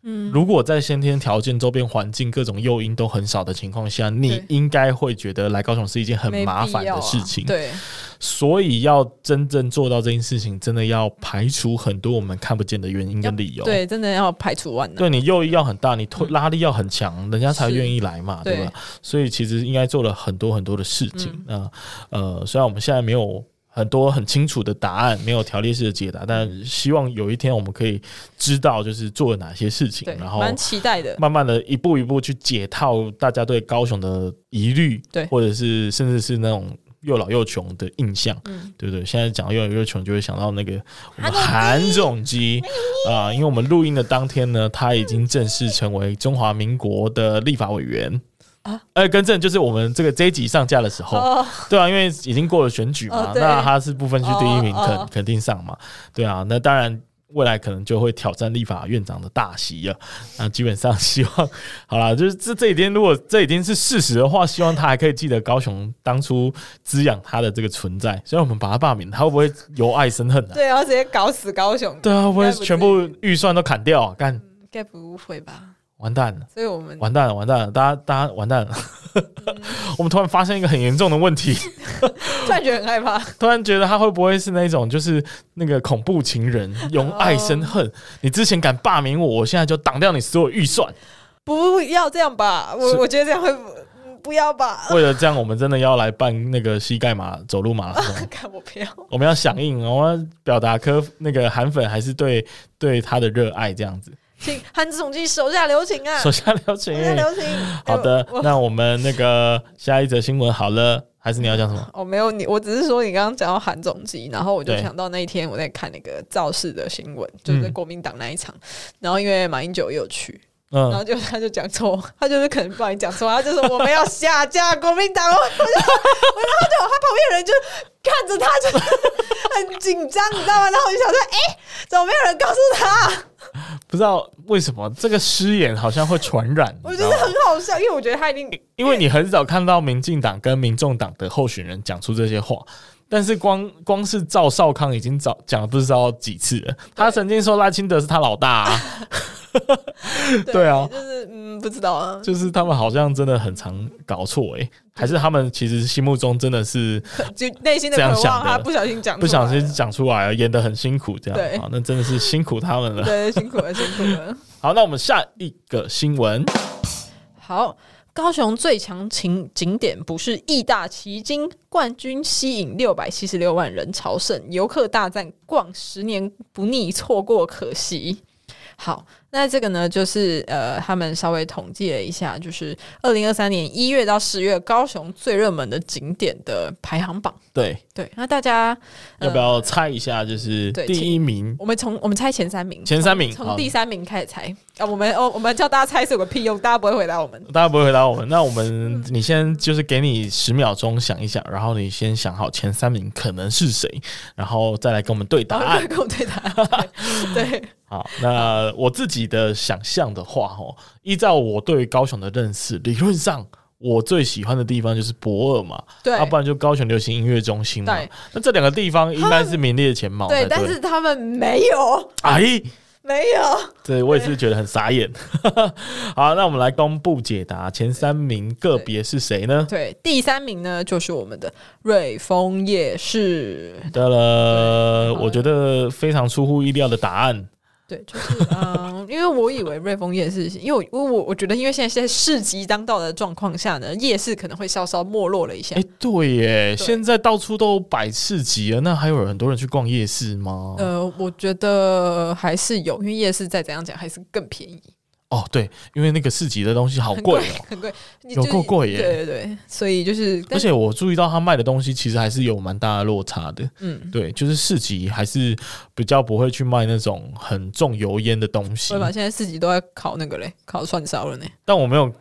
嗯，如果在先天条件、周边环境各种诱因都很少的情况下，你应该会觉得来高雄是一件很麻烦的事情。 啊、对， 所以要真正做到这件事情，真的要排除很多我们看不见的原因跟理由。 对，真的要排除万难。 对，你诱因要很大，你推拉力要很强、嗯，人家才愿意来嘛，对吧？所以其实应该做了很多很多的事情。那、嗯、呃，虽然我们现在没有很多很清楚的答案，没有条列式的解答，但希望有一天我们可以知道就是做了哪些事情，然后蛮期待的， 慢慢的一步一步去解套大家对高雄的疑虑，对，或者是甚至是那种又老又穷的印象、嗯、对不对？现在讲到又老又穷就会想到那个我们韩总机啊、呃，因为我们录音的当天呢，他已经正式成为中华民国的立法委员啊，呃，更正就是我们这个这一集上架的时候、哦，对啊，因为已经过了选举嘛，哦、那他是不分区第一名，肯、哦、肯定上嘛，对啊，那当然未来可能就会挑战立法院长的大席了。那基本上希望，好啦，就是这这几天如果这已经是事实的话，希望他还可以记得高雄当初滋养他的这个存在。虽然我们把他罢免，他会不会由爱生恨啊？ 对啊，直接搞死高雄。 对啊，会不会全部预算都砍掉、啊？干？ 应该不会吧？ 完蛋了， 所以我们完蛋了，完蛋了，大家大家完蛋了。嗯、我们突然发现一个很严重的问题， 突然觉得很害怕， 突然觉得他会不会是那种就是那个恐怖情人，用爱生恨？哦、你之前敢罢免我，我现在就挡掉你所有预算。 不要这样吧，我我觉得这样会。不要吧！ 为了这样，我们真的要来办那个膝盖马走路马拉松。 看我不要， 我们要响应，我们要表达科那个韩粉还是对对他的热爱这样子。 请韩总机手下留情啊！ 手下留情， 手下留情。 好的，那我们那个下一则新闻好了，还是你要讲什么？ 哦，没有你，我只是说你刚刚讲到韩总机，然后我就想到那一天我在看那个造势的新闻，就是国民党那一场，嗯、然后因为马英九也有去。嗯、然后就他就讲错，他就是可能不好意思讲错，他就说我们要下架国民党，我就我然后就他旁边的人就看着他就很紧张，你知道吗？然后我就想说，哎、欸，怎么没有人告诉他？ 不知道为什么这个失言好像会传染， 我觉得很好笑，因为我觉得他一定， 因为你很少看到民进党跟民众党的候选人讲出这些话。但是光光是赵少康已经早讲了不知道几次了，他曾经说赖清德是他老大、啊。对, 对啊， 就是嗯，不知道啊， 就是他们好像真的很常搞错哎、欸，还是他们其实心目中真的是就内心的渴望，他不小心讲， 不小心讲出来了，演得很辛苦，这样对，好，那真的是辛苦他们了， 对，辛苦了，辛苦了。 好，那我们下一个新闻， 好。高雄最强景景点不是义大旗津冠军，吸引六百七十六万人朝圣，游客大赞逛十年不腻，错过可惜。好，那这个呢，就是呃，他们稍微统计了一下，就是二零二三年一月到十月高雄最热门的景点的排行榜。 对对，那大家、 呃、要不要猜一下？就是第一名， 我们从我们猜前三名， 前三名从第三名开始猜啊。我们哦，我们叫大家猜是有个屁用，大家不会回答我们， 大家不会回答我们。那我们、嗯、你先就是给你十秒钟想一想，然后你先想好前三名可能是谁，然后再来跟我们对答案， 跟我们对答案。对。对好，那我自己的想象的话，依照我对高雄的认识，理论上我最喜欢的地方就是駁二嘛，对，要、啊、不然就高雄流行音乐中心嘛。那这两个地方应该是名列前茅， 对，但是他们没有， 哎， 没有， 对，我也是觉得很傻眼。好，那我们来公布解答，前三名个别是谁呢？ 对，第三名呢就是我们的瑞丰夜市。 得了，我觉得非常出乎意料的答案。 对，就是嗯，因为我以为瑞丰夜市，因为我我我觉得，因为现在在市集当道的状况下呢，夜市可能会稍稍没落了一下。 哎、欸，对耶，对，现在到处都摆市集了，那还有很多人去逛夜市吗？ 呃，我觉得还是有，因为夜市再怎样讲还是更便宜。 哦，对，因为那个市集的东西好贵哦， 很贵， 有够贵耶！ 对对对，所以就是， 而且我注意到他卖的东西其实还是有蛮大的落差的。嗯，对，就是市集还是比较不会去卖那种很重油烟的东西。 对吧？现在市集都在烤那个嘞，烤串烧了呢。 但我没有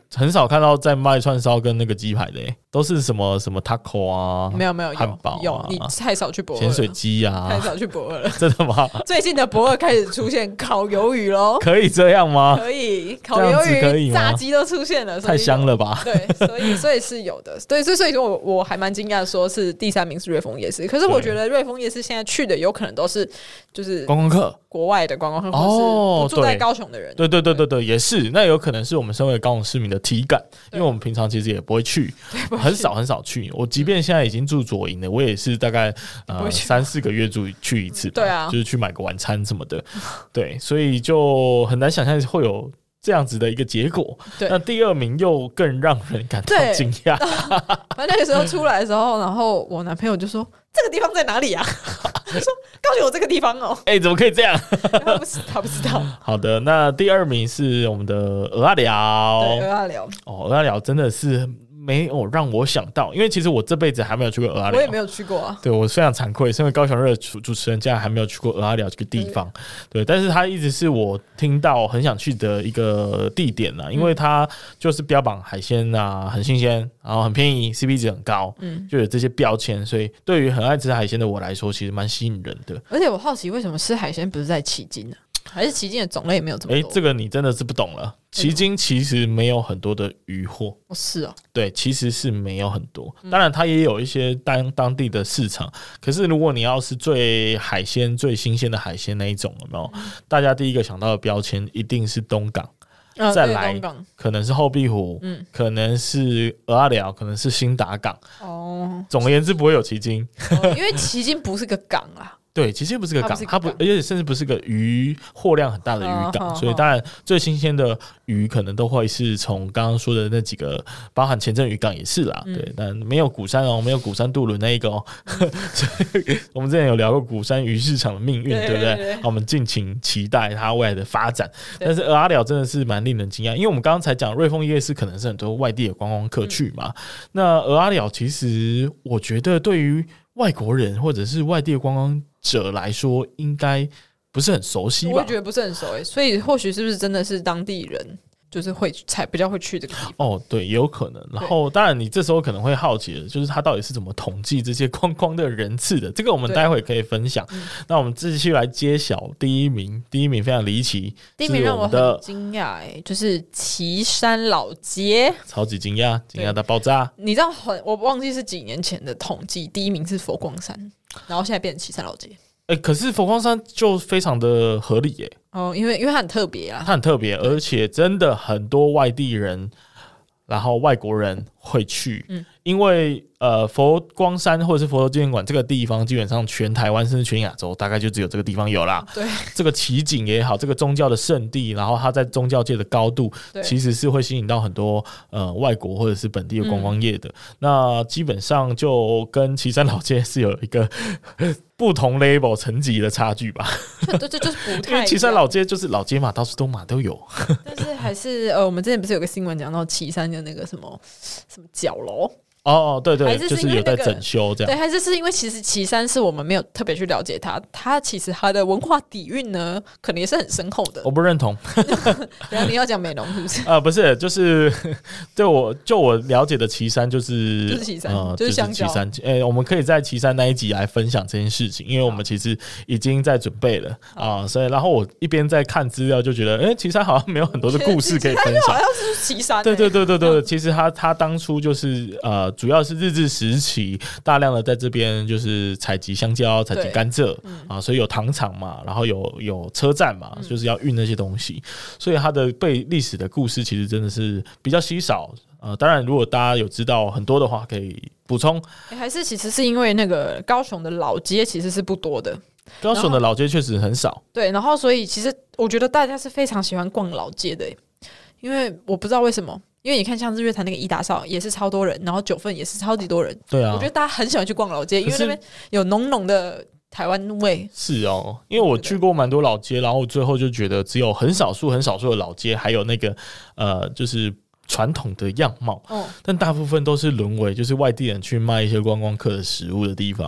很少看到在卖串烧跟那个鸡排的、欸，都是什么什么 taco 啊， 没有没有汉堡、啊、 有，你太少去博尔咸水鸡啊， 太少去博尔了， 真的吗？ 最近的博尔开始出现烤鱿鱼咯， 可以这样吗？ 可以，烤鱿鱼、炸鸡都出现了， 太香了吧？ 对，所以所以是有的，对，所以所以说我我还蛮惊讶，说是第三名是瑞丰夜市，可是我觉得瑞丰夜市现在去的有可能都是就是观光客。 国外的观光客，或是不住在高雄的人， 对对对对对，也是。那有可能是我们身为高雄市民的体感，因为我们平常其实也不会去，很少很少去。我即便现在已经住左营了，我也是大概呃三四个月住去一次吧， 对啊， 就是去买个晚餐什么的。对，所以就很难想象会有这样子的一个结果。那第二名又更让人感到惊讶。 反正那个时候出来的时候，然后我男朋友就说：“这个地方在哪里啊？”我说：“高雄有这个地方哦。” 哎、欸，怎么可以这样？ 他不知他不知道。 好的，那第二名是我们的蚵仔寮。 对，蚵仔寮。 哦，蚵仔寮真的是没有让我想到，因为其实我这辈子还没有去过蚵仔寮， 我也没有去过啊。 对，我非常惭愧，身为高雄热主主持人，竟然还没有去过蚵仔寮这个地方。对，但是它一直是我听到很想去的一个地点啦，因为它就是标榜海鲜啊很新鲜，然后很便宜 ，C P 值很高，嗯，就有这些标签，所以对于很爱吃海鲜的我来说，其实蛮吸引人的。 而且我好奇，为什么吃海鲜不是在旗津呢？还是旗津的种类也没有这么多？ 哎、欸，这个你真的是不懂了。旗津其实没有很多的渔货， 哦，是哦， 对，其实是没有很多。当然，它也有一些当当地的市场。可是，如果你要是最海鲜、最新鲜的海鲜那一种，有没有？嗯、大家第一个想到的标签一定是东港， 嗯、 再来可能是后壁湖，嗯，可能是蚵仔寮，可能是新达港。哦，总而言之，不会有旗津， 哦、因为旗津不是个港啊。 对，其实不是个港，它不，而且甚至不是个鱼货量很大的渔港，所以当然最新鲜的鱼可能都会是从刚刚说的那几个，包含前镇渔港也是啦，嗯、对，但没有鼓山哦，没有鼓山渡轮那一个哦，所以我们之前有聊过鼓山鱼市场的命运，对不对？对，我们敬请期待它未来的发展。但是蚵仔寮真的是蛮令人惊讶，因为我们刚刚才讲瑞丰夜市可能是很多外地的观光客去嘛，嗯、那蚵仔寮其实我觉得对于外国人或者是外地的观光者来说，应该不是很熟悉吧？ 我也觉得不是很熟诶，所以或许是不是真的是当地人，就是会才比较会去这个地方？ 哦，对，也有可能。然后，当然你这时候可能会好奇的，就是他到底是怎么统计这些观光的人次的？这个我们待会可以分享。嗯、那我们继续来揭晓第一名，第一名非常离奇， 第一名让我很惊讶诶，就是旗山老街， 超级惊讶，惊讶到爆炸。 你知道很，我忘记是几年前的统计，第一名是佛光山，然后现在变成旗山老街。 欸、可是佛光山就非常的合理耶、欸， 哦，因为因为它很特别啊， 它很特别，而且真的很多外地人，然后外国人会去，嗯，因为呃佛光山或者是佛陀纪念馆这个地方，基本上全台湾甚至全亚洲大概就只有这个地方有啦。 对， 这个奇景也好，这个宗教的圣地，然后它在宗教界的高度，其实是会吸引到很多呃外国或者是本地的观光业的。嗯、那基本上就跟旗山老街是有一个不同 level 层级的差距吧。 对，这就是不太。 因为旗山老街就是老街嘛，到处都嘛都有。 但是还是呃，我们之前不是有个新闻讲到旗山的那个什么什么角楼。 哦，对对， 是就是有在整修这样。 对，还是是因为其实旗山是我们没有特别去了解它，它其实它的文化底蕴呢，可能也是很深厚的。 我不认同。 然后你要讲美浓是不是？ 呃，不是，就是对我就我了解的旗山就是就是旗山， 呃、 就是旗山。哎、欸，我们可以在旗山那一集来分享这件事情，因为我们其实已经在准备了啊、呃，所以然后我一边在看资料，就觉得，哎、欸，旗山好像没有很多的故事可以分享。 好像是旗山、欸。 对对对对对，其实他他当初就是呃。主要是日治时期大量的在这边就是采集香蕉、采集甘蔗、嗯、啊，所以有糖厂嘛，然后有有车站嘛，嗯、就是要运那些东西，所以它的背历史的故事其实真的是比较稀少。呃，当然，如果大家有知道很多的话，可以补充、 欸。还是其实是因为那个高雄的老街其实是不多的， 高雄的老街确实很少。 对，然后所以其实我觉得大家是非常喜欢逛老街的，因为我不知道为什么。因为你看，像日月潭那个伊达邵也是超多人，然后九份也是超级多人。对啊，我觉得大家很喜欢去逛老街，因为那边有浓浓的台湾味。 是哦，因为我去过蛮多老街，然后最后就觉得只有很少数、很少数的老街，还有那个呃，就是传统的样貌。哦，但大部分都是沦为就是外地人去卖一些观光客的食物的地方。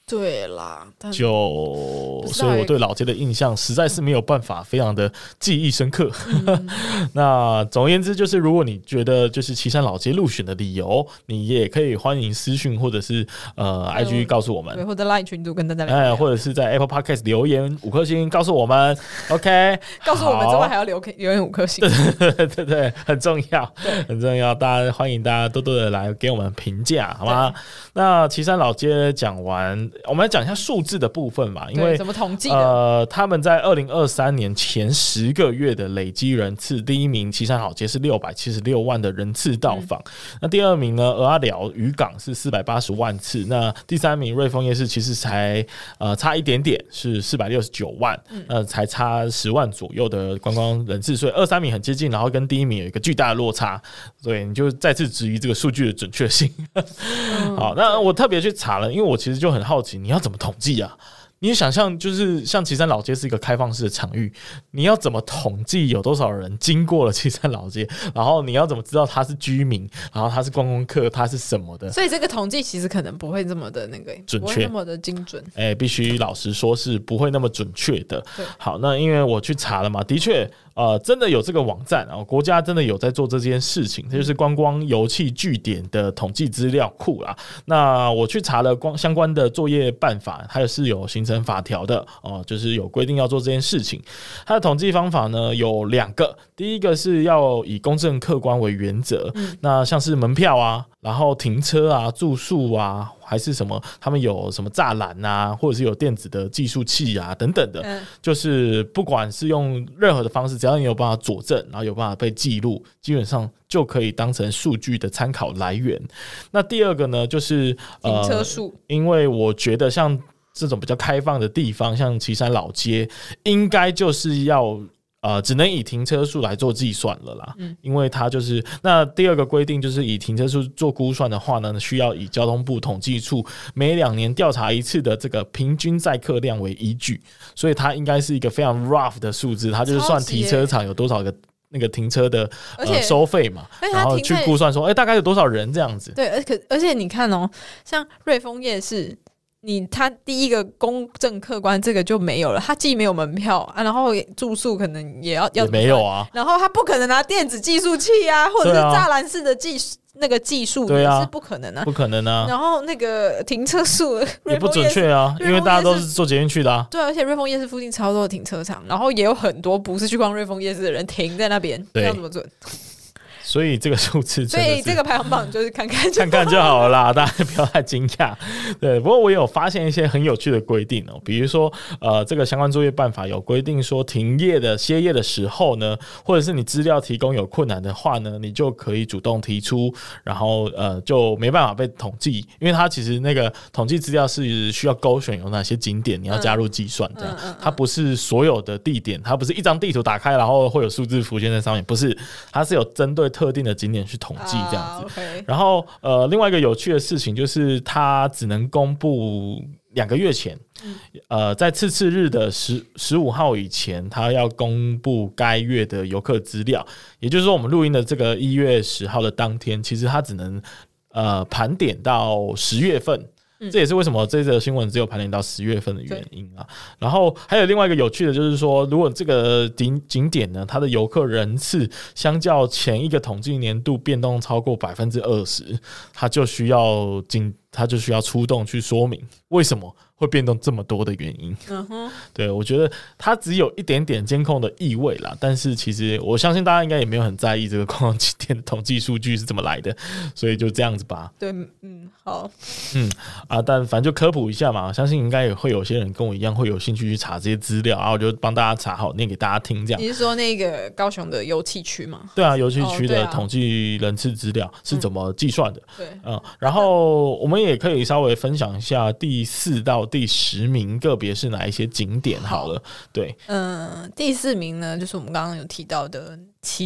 对啦， 就所以我对老街的印象实在是没有办法非常的记忆深刻。嗯、那总而言之，就是如果你觉得就是旗山老街入选的理由，你也可以欢迎私讯或者是呃 I G 告诉我们， 对，或者 LINE 群组跟大家聊、 哎，或者是在 Apple Podcast 留言五颗星告诉我们 ，OK， 告诉我们之外还要留留言五颗星， 对对对对，很重要，很重要，大家欢迎大家多多的来给我们评价，好吗？那旗山老街讲完。我们来讲一下数字的部分吧，因为怎么统计的？ 呃，他们在二零二三年前十个月的累积人次，第一名旗山老街是六百七十六万的人次到访，嗯、那第二名呢，蚵仔寮渔港是四百八十万次，那第三名瑞丰夜市其实才呃差一点点，是四百六十九万，嗯、呃，才差十万左右的观光人次，所以二三名很接近，然后跟第一名有一个巨大的落差，所以你就再次质疑这个数据的准确性。嗯、好，那我特别去查了，因为我其实就很好奇。你要怎么统计啊？你想象就是像旗山老街是一个开放式的场域，你要怎么统计有多少人经过了旗山老街？然后你要怎么知道他是居民，然后他是观光客，他是什么的？ 所以这个统计其实可能不会这么的那个准确，不会那么的精准。 哎、欸，必须老实说是不会那么准确的。好，那因为我去查了嘛，的确。呃，真的有这个网站啊，国家真的有在做这件事情，这就是观光油气据点的统计资料库啦。那我去查了光相关的作业办法，它也是有形成法条的哦、呃，就是有规定要做这件事情。它的统计方法呢有两个，第一个是要以公正客观为原则，嗯、那像是门票啊，然后停车啊、住宿啊。还是什么他们有什么栅栏啊，或者是有电子的计数器啊等等的、嗯、就是不管是用任何的方式，只要你有办法佐证，然后有办法被记录，基本上就可以当成数据的参考来源。那第二个呢，就是停车数、呃、因为我觉得像这种比较开放的地方，像旗山老街应该就是要呃，只能以停车数来做计算了啦，嗯、因为它就是那第二个规定，就是以停车数做估算的话呢，需要以交通部统计处每两年调查一次的这个平均载客量为依据，所以它应该是一个非常 rough 的数字，它就是算停车场有多少个那个停车的呃收费嘛，然后去估算说，哎、欸，大概有多少人这样子。 对，而且而且你看哦，像瑞丰夜市。你他第一个公正客观这个就没有了，他既没有门票啊，然后住宿可能也要要也没有啊， 然后他不可能拿电子计数器啊，或者是栅栏式的计那个技术也是不可能啊， 不可能啊。 然后那个停车数也不准确啊，因为大家都是坐捷运去的啊。 对，而且瑞丰夜市附近超多的停车场，然后也有很多不是去逛瑞丰夜市的人停在那边，这样怎么准？ 所以这个数字， 所以这个排行榜就是看看就看看就好了啦，大家不要太惊讶。对，不过我也有发现一些很有趣的规定哦，比如说呃，这个相关作业办法有规定说，停业的歇业的时候呢，或者是你资料提供有困难的话呢，你就可以主动提出，然后呃就没办法被统计，因为它其实那个统计资料是需要勾选有哪些景点你要加入计算这样，嗯嗯嗯、它不是所有的地点，它不是一张地图打开然后会有数字浮现在上面，不是，它是有针对特定的景点去统计这样子。 啊 okay、 然后呃，另外一个有趣的事情就是，它只能公布两个月前，嗯、呃，在次次日的十十五号以前，它要公布该月的游客资料。也就是说，我们录音的这个一月十号的当天，其实它只能呃盘点到十月份。这也是为什么这则新闻只有盘点到十月份的原因啊。然后还有另外一个有趣的就是说，如果这个景景点呢，它的游客人次相较前一个统计年度变动超过百分之二十，它就需要经它就需要出动去说明为什么会变动这么多的原因。嗯哼，对，我觉得它只有一点点监控的意味啦，但是其实我相信大家应该也没有很在意这个观光景点的统计数据是怎么来的，所以就这样子吧。 对，嗯，好， 嗯啊，但反正就科普一下嘛，相信应该也会有些人跟我一样会有兴趣去查这些资料，然后我就帮大家查好，念给大家听。这样， 你是说那个高雄的油气区吗？ 对啊，油气区的统计人次资料是怎么计算的？ 嗯、对， 嗯，然后我们也可以稍微分享一下第四到第十名个别是哪一些景点好了。好，对， 嗯、呃，第四名呢，就是我们刚刚有提到的旗津。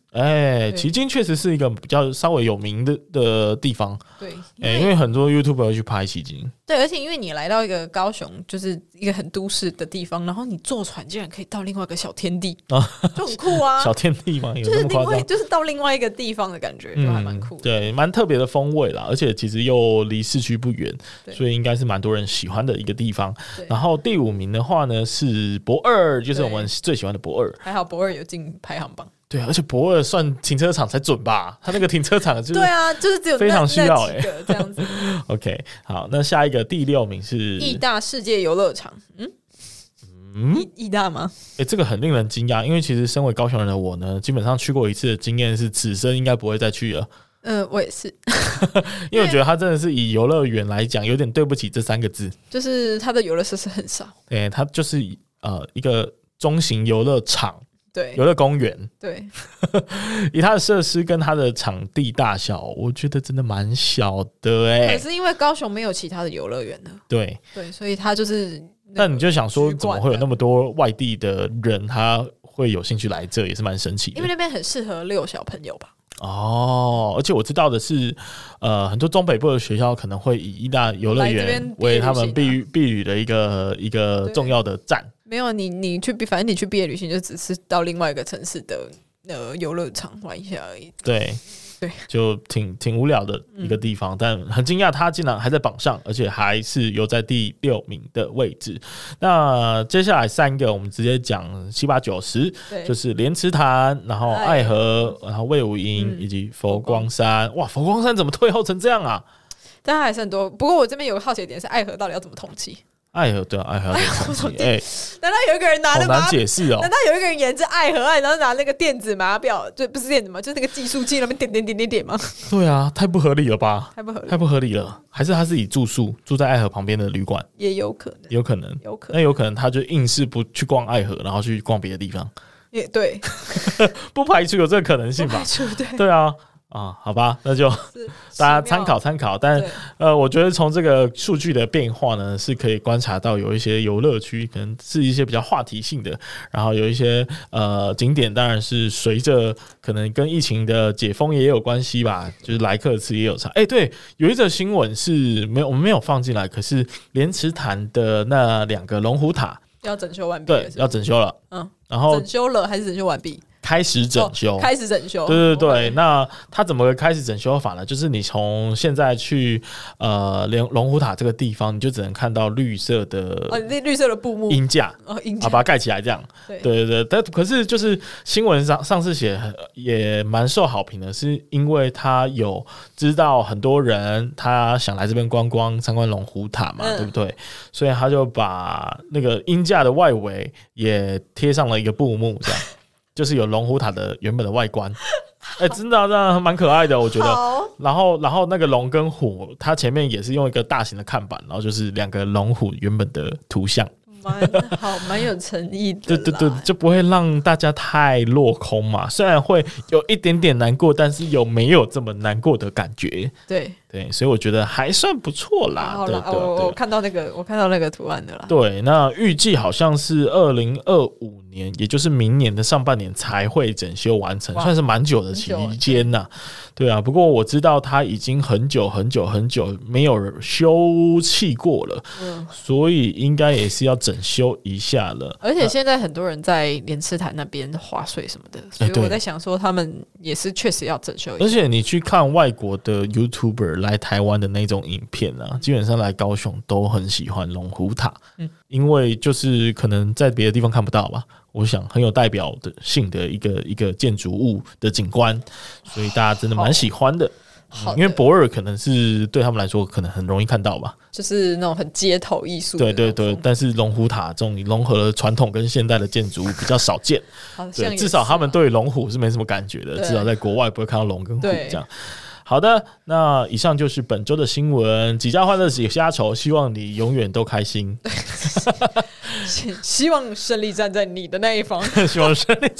哎，旗津确实是一个比较稍微有名的的地方。 对， 哎，因为很多 YouTuber 会去拍旗津。 对，而且因为你来到一个高雄，就是一个很都市的地方，然后你坐船竟然可以到另外一个小天地，啊、就很酷啊！ 小天地吗？有就是那么夸张？ 就是到另外一个地方的感觉，就还蛮酷的、 嗯。对，蛮特别的风味啦，而且其实又离市区不远，所以应该是蛮多人喜欢的一个地方。然后第五名的话呢是博二，就是我们最喜欢的博二。 还好博二有进排行榜。 对，而且博二算停车场才准吧？他那个停车场就是对啊，就是只有非常需要哎、 欸，这样子。 OK， 好，那下一个第六名是义大世界游乐场。嗯嗯，义义大吗？ 哎、欸，这个很令人惊讶，因为其实身为高雄人的我呢，基本上去过一次的经验是，此生应该不会再去了。 嗯、呃，我也是， 因为我觉得它真的是以游乐园来讲，有点对不起这三个字。 就是它的游乐设施很少。 对、欸，它就是呃一个中型游乐场。 对， 游乐公园， 对， 以它的设施跟它的场地大小，我觉得真的蛮小的哎、欸。 可是因为高雄没有其他的游乐园了，对对，所以它就是。 那你就想说，怎么会有那么多外地的人，他会有兴趣来这，也是蛮神奇的。 因为那边很适合遛小朋友吧。 哦，而且我知道的是，呃，很多中北部的学校可能会以义大游乐园为他们毕毕旅的一个一个重要的站。 没有你，你去，反正你去毕业旅行就只是到另外一个城市的呃游乐场玩一下而已。 对对， 就挺挺无聊的一个地方，嗯、但很惊讶，它竟然还在榜上，而且还是有在第六名的位置。那接下来三个，我们直接讲七八九十，就是莲池潭，然后爱河，然后卫武营、嗯、以及佛光山。哇，佛光山怎么退后成这样啊？ 但它还是很多。不过我这边有个好奇的点是，爱河到底要怎么统计？ 爱河对啊，爱河要统计。哎， 难道有一个人拿那个？ 好难解释哦。 难道有一个人沿着爱河岸，然后拿那个电子码表，就不是电子码，就是那个计数器那边点点点点点吗？ 对啊，太不合理了吧？ 太不合理， 太不合理了。还是他自己住宿，住在爱河旁边的旅馆， 也有可能， 有可能， 有可能。 那有可能他就硬是不去逛爱河，然后去逛别的地方。 也对， 不排除有这个可能性吧？ 对， 对啊。啊，好吧，那就大家参考参考。但呃，我觉得从这个数据的变化呢，是可以观察到有一些游乐区可能是一些比较话题性的，然后有一些呃景点，当然是随着可能跟疫情的解封也有关系吧，就是来客次也有差。哎、欸，对，有一则新闻是没有我们没有放进来，可是莲池潭的那两个龙虎塔要整修完毕， 对，要整修了。嗯，然后整修了还是整修完毕？ 开始整修、哦， 开始整修， 对对对。那它怎么开始整修法呢？就是你从现在去呃龙虎塔这个地方，你就只能看到绿色的哦，绿色的布幕鹰架哦，鹰架啊，把它盖起来这样。对对对，但可是就是新闻上上次写也蛮受好评的，是因为他有知道很多人他想来这边观光参观龙虎塔嘛，嗯、对不对？所以他就把那个鹰架的外围也贴上了一个布幕，这样。就是有龙虎塔的原本的外观，哎、欸，真的、啊、真的蛮可爱的，我觉得。然后，然后那个龙跟虎，它前面也是用一个大型的看板，然后就是两个龙虎原本的图像， 蛮好，蛮有诚意的。 对对对，就不会让大家太落空嘛。虽然会有一点点难过，但是有没有这么难过的感觉？ 对对，所以我觉得还算不错啦。 好啦，我我看到那个，我看到那个图案的啦。 对，那预计好像是二零二五年，也就是明年的上半年才会整修完成，算是蛮久的期间呐。对啊，不过我知道它已经很久很久很久没有修葺过了，嗯，所以应该也是要整修一下了。 而且现在很多人在莲池潭那边划水什么的，所以我在想说他们也是确实要整修一下。 而且你去看外国的 YouTuber 来台湾的那种影片啊，基本上来高雄都很喜欢龙虎塔，嗯，因为就是可能在别的地方看不到吧。我想很有代表的性的一个一个建筑物的景观，所以大家真的蛮喜欢的。嗯、因为博尔可能是对他们来说可能很容易看到吧， 就是那种很街头艺术。 对对对，但是龙虎塔这种融合了传统跟现代的建筑物比较少见。对，至少他们对龙虎是没什么感觉的，至少在国外不会看到龙跟虎这样。好的，那以上就是本周的新闻，几家欢乐几家愁，希望你永远都开心。 希望胜利站在你的那一方。 希望胜利站。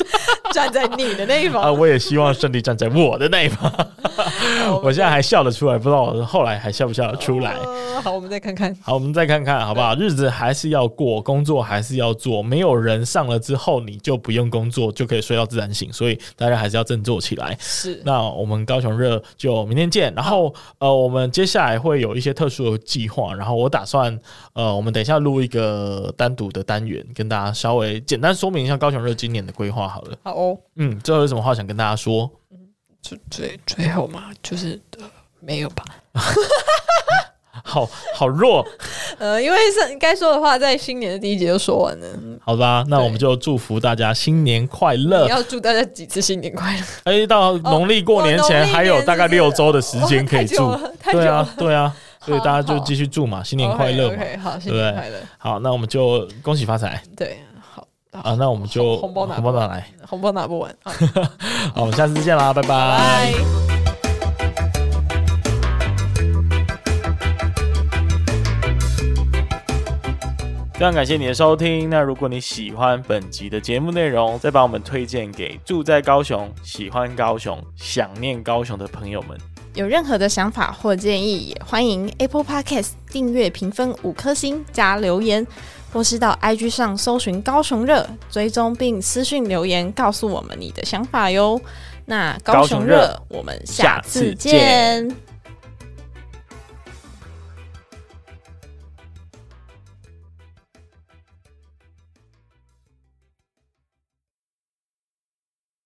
站在你的那一方啊，我也希望胜利站在我的那一方。我现在还笑得出来，不知道我后来还笑不笑得出来。 呃、好，我们再看看。 好，我们再看看，好不好？日子还是要过，工作还是要做。没有人上了之后，你就不用工作，就可以睡到自然醒。所以大家还是要振作起来。 是。 那我们高雄热就明天见。然后呃，我们接下来会有一些特殊的计划。然后我打算呃，我们等一下录一个单独的单元，跟大家稍微简单说明一下高雄热今年的规划好了。 好哦。 嗯，最后有什么话想跟大家说？ 最最最后嘛，就是呃，没有吧。 好好弱， 呃，因为是该说的话，在新年的第一节就说完了。 好吧，那我们就祝福大家新年快乐。 你要祝大家几次新年快乐？ 哎、欸，到农历过年前还有大概六周的时间可以祝。 哦、太久了，太久了， 对啊，对啊，所以大家就继续祝嘛，新年快乐嘛。 OK， 好，新年快乐。 好，那我们就恭喜发财。 对，好啊，那我们就红包拿红包拿来， 红包拿不完。好， 好，我们下次见啦，拜拜。 拜。 非常感谢你的收听。那如果你喜欢本集的节目内容，再把我们推荐给住在高雄、喜欢高雄、想念高雄的朋友们。 有任何的想法或建议，也欢迎 Apple Podcast 订阅、评分五颗星加留言，或是到 I G 上搜寻高雄热，追踪并私讯留言告诉我们你的想法哟。那高雄热，我们下次见。